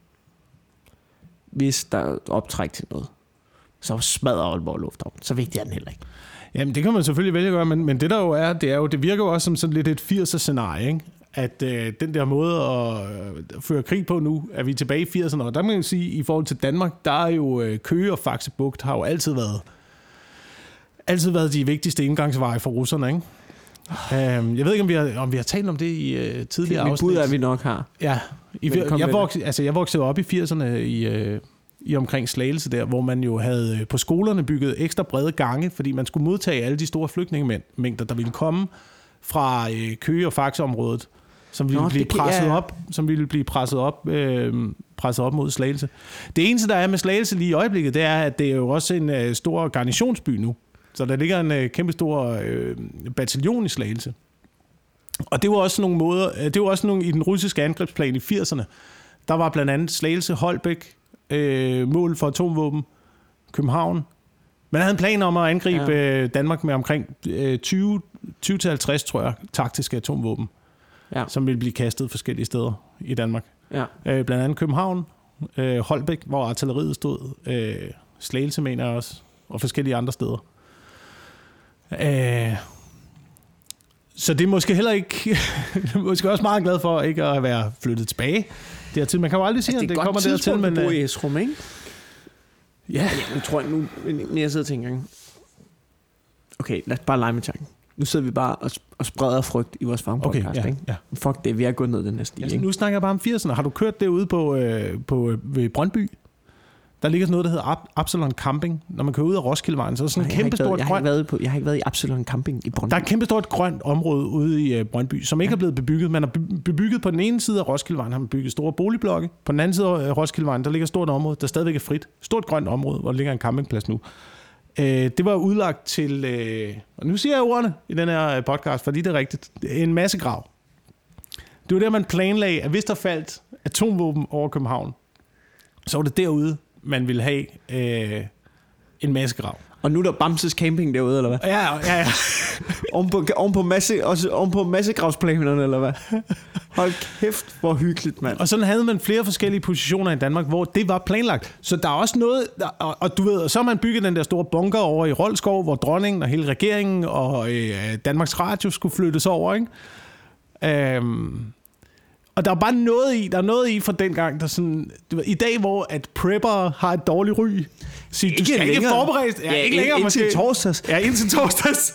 Hvis der er optræk til noget, så smadrer Aalborg Lufthavn. Så vigtigt er den heller ikke. Jamen, det kan man selvfølgelig vælge at gøre, men, men det der jo er, det er jo, det virker jo også som sådan lidt et firser-scenarie, ikke? At øh, den der måde at øh, føre krig på nu, er vi tilbage i firserne, og der må man sige, i forhold til Danmark, der er jo øh, Køge og Faxe Bugt har jo altid været, altid været de vigtigste indgangsveje for russerne, ikke? Um, jeg ved ikke, om vi har, om vi har talt om det i uh, tidligere afsnit. Det bud er, vi nok har. Ja, i, jeg, voksede, altså, jeg voksede op i firserne i, uh, i omkring Slagelse der, hvor man jo havde uh, på skolerne bygget ekstra brede gange, fordi man skulle modtage alle de store flygtningemængder, der ville komme fra uh, Køge- og Faxe-området, som ville, Nå, blive presset ja. op, som ville blive presset op, uh, presset op mod Slagelse. Det eneste, der er med Slagelse lige i øjeblikket, det er, at det er jo også en uh, stor garnisonsby nu. Så der ligger en øh, kæmpe stor øh, bataljon i Slagelse. Og det var også nogle måder, det var også nogle i den russiske angrebsplan i firserne. Der var blandt andet Slagelse, Holbæk, øh, mål for atomvåben, København. Man havde en plan om at angribe ja. øh, Danmark med omkring øh, tyve til halvtreds, tror jeg, taktiske atomvåben, ja. som ville blive kastet forskellige steder i Danmark. Ja. Øh, blandt andet København, øh, Holbæk, hvor artilleriet stod, øh, Slagelse mener jeg også, og forskellige andre steder. Uh, så det er måske heller ikke måske også meget glad for ikke at være flyttet tilbage dertil. Man kan jo aldrig sige, altså, at det kommer dertil, men det er godt tidspunkt, at bo i Esrum, ikke? Ja. ja nu tror jeg, nu når jeg sidder og tænker, okay, lad os bare lege med tanken. Nu sidder vi bare og, og spreder frygt i vores farmpodcast, okay, ja, ikke? Ja. Fuck det, vi er gået ned den næste ja, nu snakker jeg bare om firserne. Har du kørt derude på, øh, på ved Brøndby? Der ligger sådan noget, der hedder Absalon Camping. Når man kører ud af Roskildevejen, så er der sådan et kæmpe stort grønt... Jeg har ikke været på, jeg har ikke været i Absalon Camping i Brøndby. Der er et kæmpe stort grønt område ude i uh, Brøndby, som ikke ja. er blevet bebygget. Man har bebygget på den ene side af Roskildevejen, har man bygget store boligblokke. På den anden side af Roskildevejen, der ligger et stort område, der stadigvæk er frit. Stort grønt område, hvor der ligger en campingplads nu. Uh, det var udlagt til... Uh, og nu siger jeg ordene i den her podcast, fordi det er rigtigt. En massegrav. Det var der, man planlagde, at hvis der faldt atomvåben over København, så var det derude, man ville have øh, en massegrav. Og nu er der Bamses camping derude, eller hvad? Ja, ja, ja. oven, på, oven, på masse, også oven på massegravsplanerne, eller hvad? Hold kæft, hvor hyggeligt, mand. Og sådan havde man flere forskellige positioner i Danmark, hvor det var planlagt. Så der er også noget, der, og, og du ved, så har man bygget den der store bunker over i Roldskov, hvor dronningen og hele regeringen og øh, Danmarks Radio skulle flyttes over, ikke? Øhm, og der er bare noget i, der er noget i fra dengang, der sådan, du ved, i dag, hvor at prepper har et dårligt ry. Så du skal ikke forberede ja, ja, ikke længere, ind, indtil torsdags. Ja, indtil torsdags.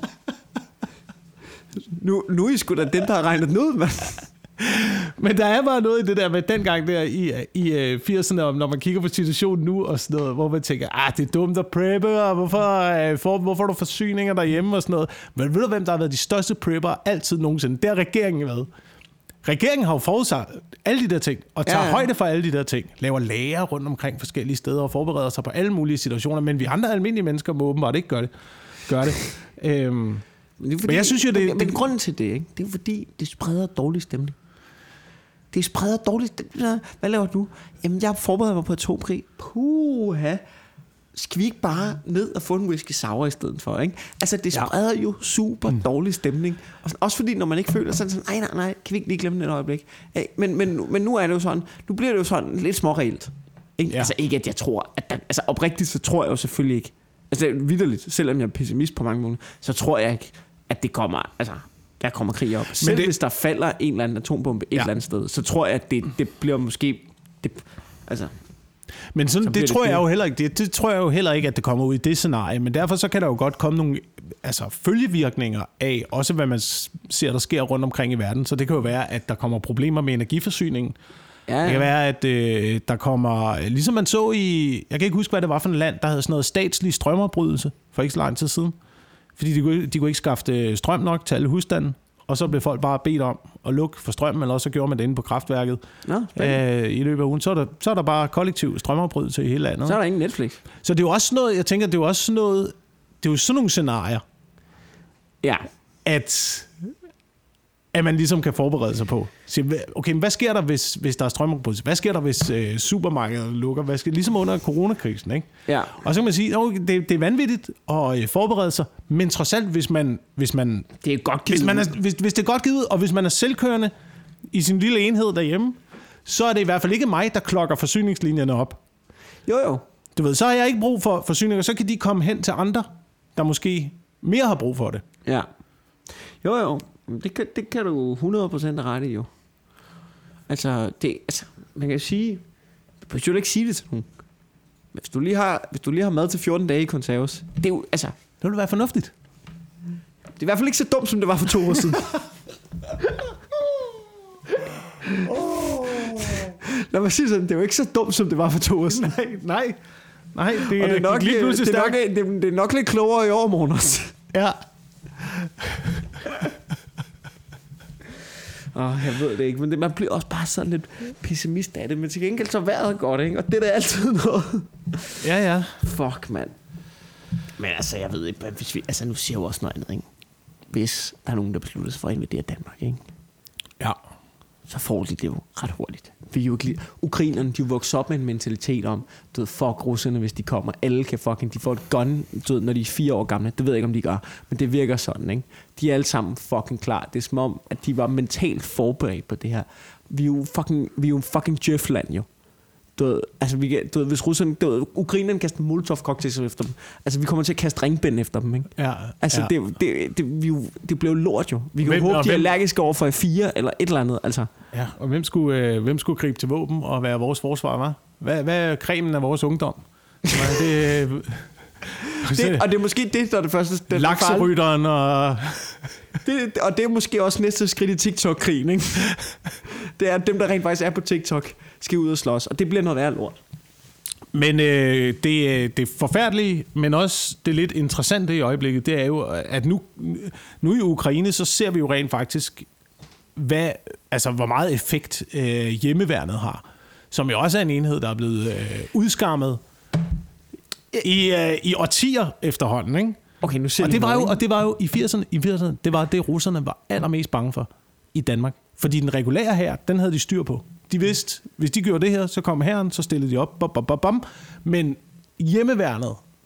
nu, nu er I sgu da dem, der har regnet den ud, mand. Men der er bare noget i det der med dengang der i, i firserne, når man kigger på situationen nu og sådan noget, hvor man tænker, ah, det er dumt at preppe, og hvorfor, for, hvorfor er du forsyninger derhjemme og sådan noget. Men ved du, hvem der har været de største prepper altid nogensinde? Det har regeringen været. Regeringen har jo forudsagt alle de der ting, og tager ja, ja. højde for alle de der ting, laver lager rundt omkring forskellige steder og forbereder sig på alle mulige situationer, men vi andre almindelige mennesker må åbenbart ikke gøre det. Gør det. øhm, men, det fordi, men jeg synes jo, det... Men, men grunden til det, ikke? Det er fordi, det spreder dårlig stemning. Det spreder dårligt. Hvad laver du? Jamen, jeg forbereder mig på atomkrig. Puha. Skal vi ikke bare ned og få en whisky sour i stedet for, ikke? Altså, det spreder ja. jo super mm. dårlig stemning. Og også fordi, når man ikke føler sig sådan, nej, nej, nej, kan vi ikke lige glemme det et øjeblik? Men, men, men nu er det jo sådan, nu bliver det jo sådan lidt småreelt. Ikke? Ja. Altså, ikke at jeg tror, at der, altså oprigtigt, så tror jeg jo selvfølgelig ikke, altså vitterligt, selvom jeg er pessimist på mange måder, så tror jeg ikke, at det kommer, altså, der kommer krig op. Selv det, hvis der falder en eller anden atombombe et ja. eller andet sted, så tror jeg, at det, det bliver måske... Det, altså, men sådan, det, det tror jeg jo heller ikke. Det, det tror jeg jo heller ikke, at det kommer ud i det scenarie. Men derfor så kan der jo godt komme nogle altså, følgevirkninger af, også hvad man ser, der sker rundt omkring i verden. Så det kan jo være, at der kommer problemer med energiforsyningen. Ja, ja. Det kan være, at øh, der kommer... Ligesom man så i... Jeg kan ikke huske, hvad det var for et land, der havde sådan noget statslig strømafbrydelse for ikke så lang tid siden. Fordi de kunne, de kunne ikke skaffe strøm nok til alle husstanden. Og så blev folk bare bedt om at lukke for strømmen, eller også så gjorde man det inde på kraftværket. Nå, øh, i løbet af ugen. Så er, der, så er der bare kollektiv strømafbrydelse i hele landet. Så er der ingen Netflix. Så det er jo også noget, jeg tænker, det er jo også noget, det er jo sådan nogle scenarier, ja. at, at man ligesom kan forberede sig på. Så, okay, men hvad sker der, hvis, hvis der er strømafbrydelse? Hvad sker der, hvis øh, supermarkedet lukker? Hvad sker, ligesom under coronakrisen, ikke? Ja. Og så kan man sige, okay, det, det er vanvittigt at øh, forberede sig, men trods alt, hvis man... Hvis man det er godt givet. Hvis, man er, hvis, hvis det er godt givet, og hvis man er selvkørende i sin lille enhed derhjemme, så er det i hvert fald ikke mig, der klokker forsyningslinjerne op. Jo, jo. Du ved, så har jeg ikke brug for forsyninger, så kan de komme hen til andre, der måske mere har brug for det. Ja. Jo, jo. Det kan, det kan du hundrede procent ret i, jo. Altså, det, altså, man kan sige, du behøver ikke sige det til nogen. Men hvis du lige har, hvis du lige har mad til fjorten dage i konserves, det er jo, altså... Det ville være fornuftigt. Det er i hvert fald ikke så dumt, som det var for to år siden. oh. Lad mig sige sådan, det er jo ikke så dumt, som det var for to år siden. Nej, nej. Nej, det, og det er nok, lige det, det, er nok, det, det er nok lidt klogere i overmorgen også. Ja. Åh, oh, jeg ved det ikke, men det, man bliver også bare sådan lidt pessimist af det, men til gengæld så vejret godt, ikke? Og det er da altid noget. Ja, ja. Fuck, mand. Men altså, jeg ved ikke, hvis vi, altså nu siger jeg jo også noget andet, ikke? Hvis der er nogen, der beslutter sig for at invadere Danmark, ikke? Ja. Så får de det jo ret hurtigt. Vi jo ikke, ukrainerne, de vokser op med en mentalitet om, du ved, fuck russerne, hvis de kommer. Alle kan fucking, de får et gun, du ved, når de er fire år gamle. Det ved jeg ikke, om de gør, men det virker sådan, ikke? De er alle sammen fucking klar. Det er som om, at de var mentalt forberedt på det her. Vi er jo fucking, vi er jo fucking Djøfland, jo. Du ved, altså, vi, du ved, hvis russerne, du ved, ukrainerne kaster molotov-cocktails efter dem. Altså, vi kommer til at kaste ringbind efter dem, ikke? Ja, altså, ja. Det, det, det, vi jo, det blev lort, jo. Vi kan hvem, jo håbe, de er allergiske over for F fire eller et eller andet, altså. Ja, og hvem skulle, øh, hvem skulle gribe til våben og være vores forsvar, var? Hvad, hvad er cremen af vores ungdom? det, det, og det er måske det, der er det første. Lakserytteren og... det, og det er måske også næste skridt i TikTok-krigen, ikke? Det er, at dem, der rent faktisk er på TikTok, skal ud og slås, og det bliver noget værre lort. Men øh, det, det forfærdelige, men også det lidt interessante i øjeblikket, det er jo, at nu, nu i Ukraine, så ser vi jo rent faktisk, hvad, altså, hvor meget effekt øh, hjemmeværnet har, som jo også er en enhed, der er blevet øh, udskammet i, øh, i årtier efterhånden, ikke? Okay, nu ser og det var jo, og det var jo i firserne, i firserne, det var det, russerne var allermest bange for i Danmark. Fordi den regulære her, den havde de styr på. De vidste, hvis de gjorde det her, så kom herren, så stillede de op, bom, bom, bom, bom. Men hjemmeværnet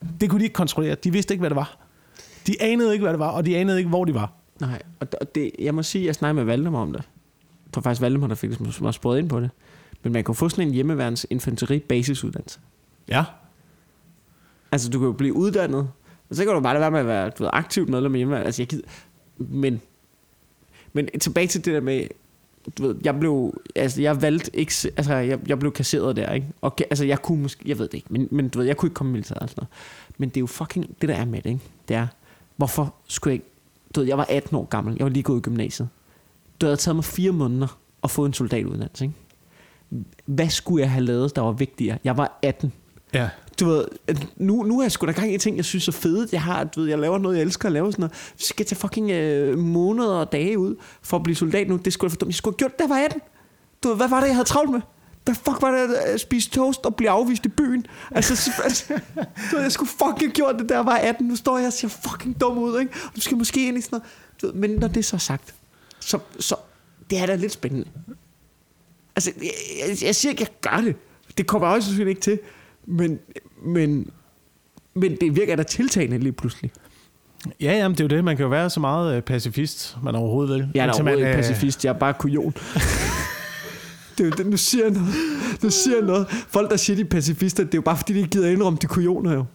Det kunne de ikke kontrollere. De vidste ikke, hvad det var. De anede ikke, hvad det var, og de anede ikke, hvor de var. Nej, og det, jeg må sige, jeg snakkede med Valdemar om det. Det var faktisk Valdemar, der fik mig spurgt ind på det. Men man kunne få sådan en hjemmeværens infanteri basisuddannelse. Ja. Altså, du kan jo blive uddannet, og så kan du bare lade være med at være, du ved, aktivt medlem af hjemmeværens. Altså, jeg gider... Men, men tilbage til det der med... Du ved, jeg blev... Altså, jeg valgte ikke... Altså, jeg, jeg blev kasseret der, ikke? Og, altså, jeg kunne måske... Jeg ved det ikke, men, men du ved, jeg kunne ikke komme i militæret og sådan noget. Men det er jo fucking... Det der er med det, ikke? Det er... Hvorfor skulle jeg ikke... Du ved, jeg var atten år gammel. Jeg var lige gået i gymnasiet. Det havde taget mig fire måneder at få en soldatuddannelse, ikke? Hvad skulle jeg have lavet, der var vigtigere? Jeg var atten. Ja. Du ved, nu, nu er jeg sgu da gang i ting, jeg synes er fede. Jeg har, du ved, jeg laver noget, jeg elsker at lave sådan noget. Vi skal tage fucking øh, måneder og dage ud for at blive soldat nu. Det skulle jeg for dumt. Jeg skulle have gjort det, da jeg var atten. Du ved, hvad var det, jeg havde travlt med? Hvad fuck var det at spise toast og blive afvist i byen? Altså, altså du ved, jeg skulle fucking have gjort det, da jeg var atten. Nu står jeg og ser fucking dum ud, ikke? Og du skal måske ind i sådan noget. Du ved, men når det er så sagt, så, så det er da lidt spændende. Altså, jeg, jeg, jeg siger ikke, jeg gør det. Det kommer jeg også selvfølgelig ikke til. Men, men, men det virker da tiltagende lige pludselig. Ja, jamen, det er jo det. Man kan jo være så meget øh, pacifist, man overhovedet vil. Jeg er da overhovedet man, ikke øh... pacifist. Jeg er bare kujon. Det er jo det, nu siger jeg noget. Nu siger jeg noget. Folk, der siger, de er pacifister, det er jo bare, fordi de ikke gider indrømme, de kujoner jo.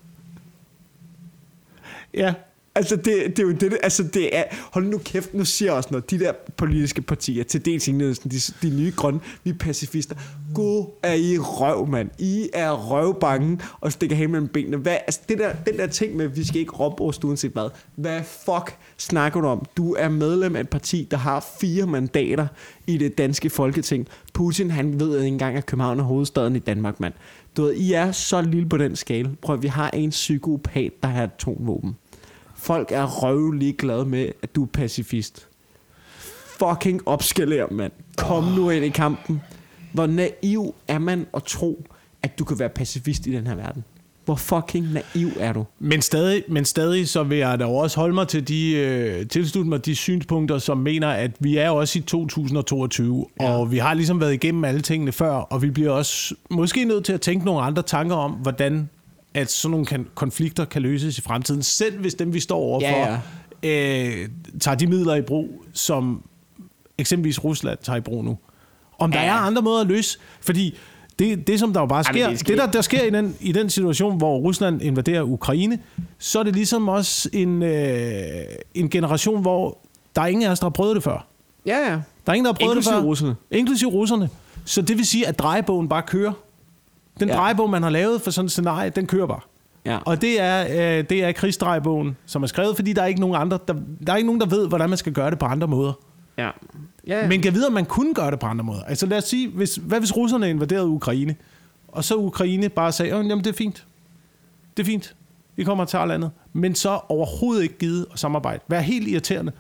Ja. Altså, det, det er jo det, altså det er, hold nu kæft, nu siger jeg også noget, de der politiske partier, til dels Enhedslisten, de, de nye grønne, vi er pacifister, god er I røv, mand, I er røvbange, og stikker hen mellem benene, hvad, altså det der, den der ting med, vi skal ikke råbe over uanset hvad, hvad fuck snakker du om? Du er medlem af et parti, der har fire mandater i det danske folketing. Putin, han ved ikke engang, at København er hovedstaden i Danmark, mand. Du ved, I er så lille på den skala. Prøv at vi har en psykopat, der har atomvåben. Folk er røvlig glade med, at du er pacifist. Fucking opskaler, mand. Kom nu ind i kampen. Hvor naiv er man at tro, at du kan være pacifist i den her verden? Hvor fucking naiv er du? Men stadig, men stadig så vil jeg da også holde mig til de, øh, tilslutte mig de synspunkter, som mener, at vi er også i to tusind og toogtyve, ja. Og vi har ligesom været igennem alle tingene før, og vi bliver også måske nødt til at tænke nogle andre tanker om, hvordan at sådan nogle kan, konflikter kan løses i fremtiden, selv hvis dem, vi står overfor, ja, ja. Øh, tager de midler i brug, som eksempelvis Rusland tager i brug nu. Om der ja. er andre måder at løse, fordi det, det som der jo bare sker, Ej, det, det der, der sker i den, i den situation, hvor Rusland invaderer Ukraine, så er det ligesom også en, øh, en generation, hvor der er ingen af os, der har prøvet det før. Ja, ja. Der er ingen, der har prøvet Inklusive det før. Russerne. Inklusive russerne. Så det vil sige, at drejebogen bare kører. Den ja. drejebog, man har lavet for sådan et scenarie, den kører bare. Ja. Og det er, øh, det er krigsdrejebogen, som er skrevet, fordi der er ikke nogen andre, der, der er ikke nogen, der ved, hvordan man skal gøre det på andre måder. Ja. Ja, ja. Men kan vide, om man kunne gøre det på andre måder. Altså lad os sige, hvis, hvad hvis russerne invaderede Ukraine, og så Ukraine bare sagde, jamen det er fint. Det er fint. Vi kommer til landet. Men så overhovedet ikke givet at samarbejde. Vær helt irriterende.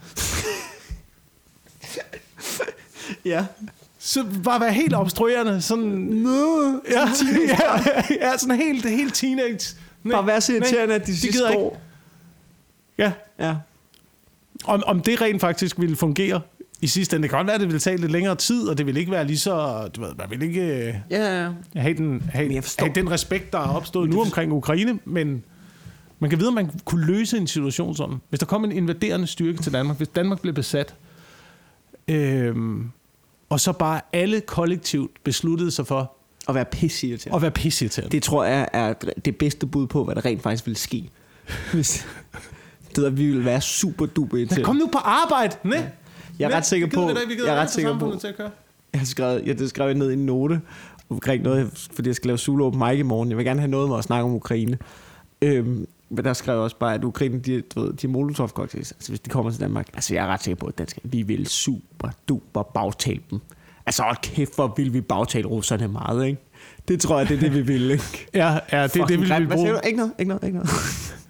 Ja. Så bare være helt obstruerende, sådan... Nå, ja, ja, ja, sådan helt, helt teenage. Nej, bare være så irriterende, at de, de sidste år... Ja. Ja. Om, om det rent faktisk ville fungere i sidste ende. Det kan godt være, at det ville tage lidt længere tid, og det ville ikke være lige så... Du ved, man ville ikke ja, ja. have, den, have, have den respekt, der er opstået nu omkring Ukraine, men man kan vide, om man kunne løse en situation sådan. Hvis der kom en invaderende styrke til Danmark, hvis Danmark blev besat... Øhm, og så bare alle kollektivt besluttede sig for at være pisseirriterende. At være pisseirriterende. Det tror jeg er det bedste bud på, hvad der rent faktisk vil ske. Hvis det der, vi vil være super duper irriterende. Kom nu på arbejde, ne? Ja. Jeg er ret sikker på, jeg er ret sikker på, jeg har skrevet, jeg har skrevet ned i en note omkring noget, fordi jeg skal lave Zulu Open Mic i morgen. Jeg vil gerne have noget med at snakke om Ukraine. Øhm, men der skrev jeg også bare, at Ukraine, de, du ved, de Molotov cocktails, altså hvis de kommer til Danmark, altså jeg er ret sikker på, at dansk, vi vil super duper bagtale dem. Altså hold kæft, hvor vil vi bagtale russerne meget, ikke? Det tror jeg, det er det, vi vil, ikke? Ja, ja, det er det, vi vil bruge. Hvad siger du? Ikke noget, ikke noget, ikke noget.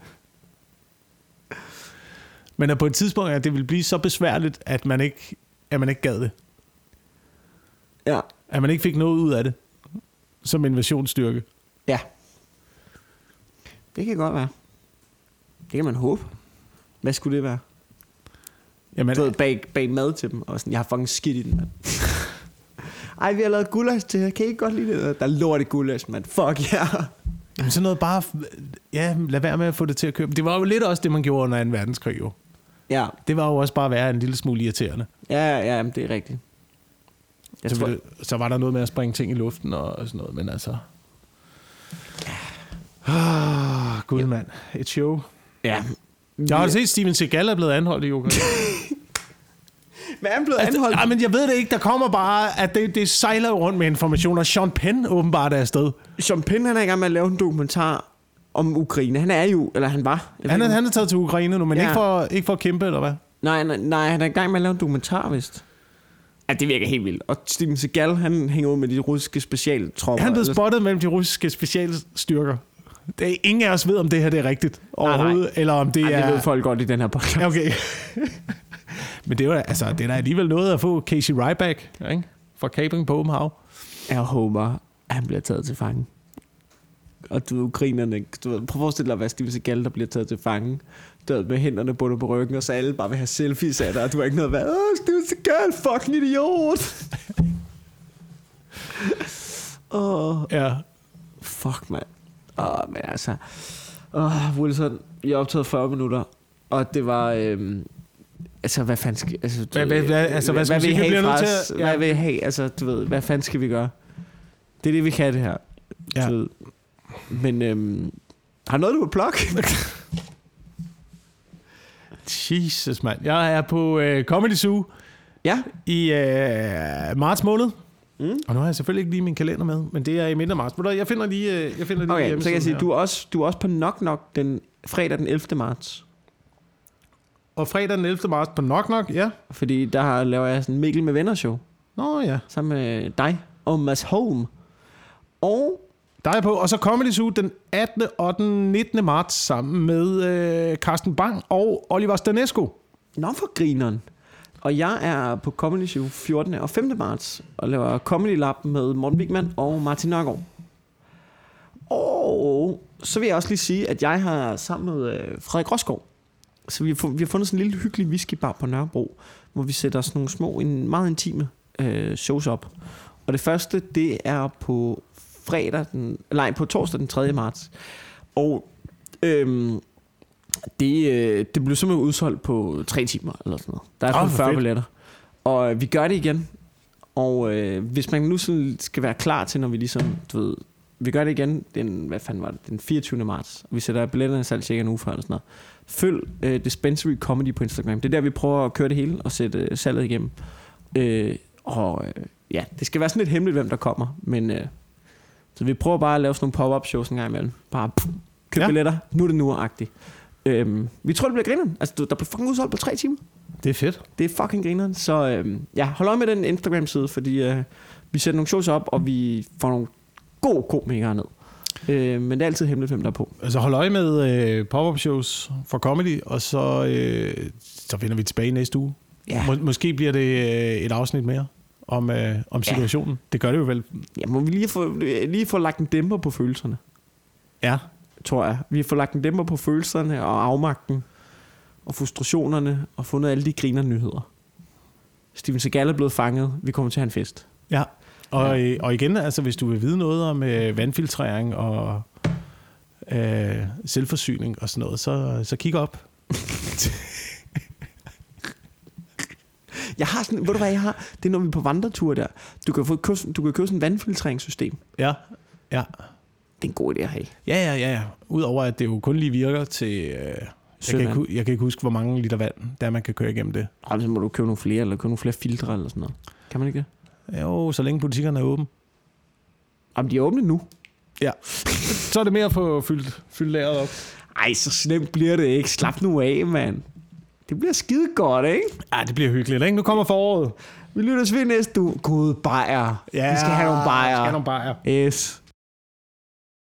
Men at på et tidspunkt, at det vil blive så besværligt, at man ikke, at man ikke gad det. Ja. At man ikke fik noget ud af det, som invasionsstyrke. Ja. Det kan godt være. Det kan man håbe. Hvad skulle det være? Jamen, du ved, bag, bag mad til dem, og sådan, jeg har fucking skidt i den, mand. Ej, vi har lavet gullasch til her. Kan I ikke godt lide det? Der er lort i gullasch, mand. Fuck ja. Yeah. Jamen sådan noget bare... Ja, lad være med at få det til at køre. Det var jo lidt også det, man gjorde under anden verdenskrig, jo. Ja. Det var jo også bare at være en lille smule irriterende. Ja, ja, det er rigtigt. Jeg så, tror... det, så var der noget med at springe ting i luften og, og sådan noget, men altså... Ah, gud, mand. Et show. Ja. Jeg har set, Steven Seagal er blevet anholdt i Ukraine. Men er han blevet anholdt? Altså, men jeg ved det ikke. Der kommer bare, at det, det sejler rundt med informationer. Sean Penn åbenbart er afsted. Sean Penn, han er i gang med at lave en dokumentar om Ukraine. Han er jo, eller han var. Han er, han er taget til Ukraine nu, men ja. ikke, for, ikke for at kæmpe, eller hvad? Nej, nej, nej, han er i gang med at lave en dokumentar, vist. Ja, det virker helt vildt. Og Steven Seagal, han hænger ud med de russiske specialtropper. Han er blevet spottet mellem de russiske specialstyrker. Det er ingen af os ved, om det her det er rigtigt overhovedet, nej, nej. Eller om det Ej, er... det ved folk godt i den her podcast. Okay. Men det er, jo, altså, det er da alligevel noget at få Casey Ryback, ikke? For caping på åben hav. Jeg håber, at han bliver taget til fange. Og du ved, ukrainerne, du ved, prøv at forestille dig at være Steven Seagal, der bliver taget til fange. Død med hænderne bundet på ryggen, og så alle bare vil have selfies af dig, og du har ikke noget at være, åh, Steven Seagal, fucking idiot. Åh, oh, ja. Fuck, mand. Åh, oh, men altså, åh, oh, Wilson, jeg optaget fyrre minutter, og det var, øhm, altså, hvad fanden skal, altså, hvad, hvad, hvad, altså, hvad, hvad, hvad, hvad vil I have fra til os? at, ja. Hvad vil I have, altså, du ved, hvad fanden skal vi gøre? Det er det, vi kan, det her. Ja. Ved. Men, øhm, har du noget, du vil plukke? Jesus, mand. Jeg er på øh, Comedy Zoo ja. i øh, marts måned. Mm. Og nu har jeg selvfølgelig ikke lige min kalender med, men det er i midten af marts. Jeg finder lige, jeg finder lige okay, så kan jeg sige, du er, også, du er også på Knock Knock den fredag den ellevte marts. Og fredag den ellevte marts på Knock Knock, ja. Fordi der laver jeg sådan Mikkel med venner show. Nå ja. Sammen med dig og Mads Holm. Og der er på, og så Comedy Zoo den attende og den nittende marts sammen med øh, Carsten Bang og Oliver Stanesco. Nå for grineren. Og jeg er på Comedy Zoo fjortende og femte marts og laver Comedy Lab med Morten Wigman og Martin Nørgaard. Og så vil jeg også lige sige, at jeg har sammen med øh, Frederik Rosgaard, så vi har, fundet, vi har fundet sådan en lille hyggelig whiskybar på Nørrebro, hvor vi sætter sådan nogle små, en meget intime øh, shows op. Og det første, det er på fredag, den, nej, på torsdag den tredje marts. Og øhm, det, øh, det blev simpelthen udsolgt på tre timer eller sådan noget. Der er kun oh, fyrre billetter. Og øh, vi gør det igen. Og øh, hvis man nu sådan skal være klar til, når vi ligesom, du ved, vi gør det igen den, hvad fanden var det, den fireogtyvende marts. Og vi sætter billetterne i salg cirka en uge før eller sådan noget. Følg øh, Dispensary Comedy på Instagram. Det er der, vi prøver at køre det hele og sætte øh, salget igennem. Øh, og øh, ja, det skal være sådan lidt hemmeligt, hvem der kommer. Men øh, så vi prøver bare at lave sådan nogle pop-up shows en gang imellem. Bare pff, køb ja. billetter. Nu er det nu-agtigt. Øhm, vi tror, det bliver grineren. Altså, der bliver fucking udsolgt på tre timer. Det er fedt. Det er fucking grineren. Så øhm, ja, hold øje med den Instagram-side, fordi øh, vi sætter nogle shows op, og vi får nogle gode komikere ned. Øh, men det er altid hemmeligt, hvem der er på. Altså hold øje med øh, pop-up shows for comedy, og så, øh, så finder vi tilbage næste uge. Ja. Må, måske bliver det øh, et afsnit mere om, øh, om situationen. Ja. Det gør det jo vel. Ja, må vi lige få, lige få lagt en dæmper på følelserne. Ja. Tror jeg. Vi får lagt en dæmper på følelserne og afmagten og frustrationerne og fundet alle de griner nyheder. Steven Seagal er blevet fanget. Vi kommer til at have en fest. Ja. Og, ja. og igen, altså hvis du vil vide noget om øh, vandfiltrering og øh, selvforsyning og sådan noget, så, så kig op. Jeg har sådan, ved du hvad jeg har? Det er når vi er på vandretur der. Du kan få du kan købe sådan et vandfiltreringssystem. Ja. Ja. Det er en god idé at have. Ja, ja, ja, ja. Udover at det jo kun lige virker til... Øh, jeg, kan ikke, jeg kan ikke huske, hvor mange liter vand, der man kan køre igennem det. Altså må du købe nogle flere, eller købe nogle flere filtre eller sådan noget. Kan man ikke det? Jo, så længe butikkerne er åbne. Jamen, de er åbne nu. Ja. Så er det mere at få fyldt, fyldt lageret op. Ej, så slemt bliver det ikke. Slap nu af, mand. Det bliver skide godt, ikke? Ja, det bliver hyggeligt, ikke? Nu kommer foråret. Vi lytter ved næste uge. God bajer. Ja, vi skal have nogle bajer. Vi skal have nogle bajer. Yes.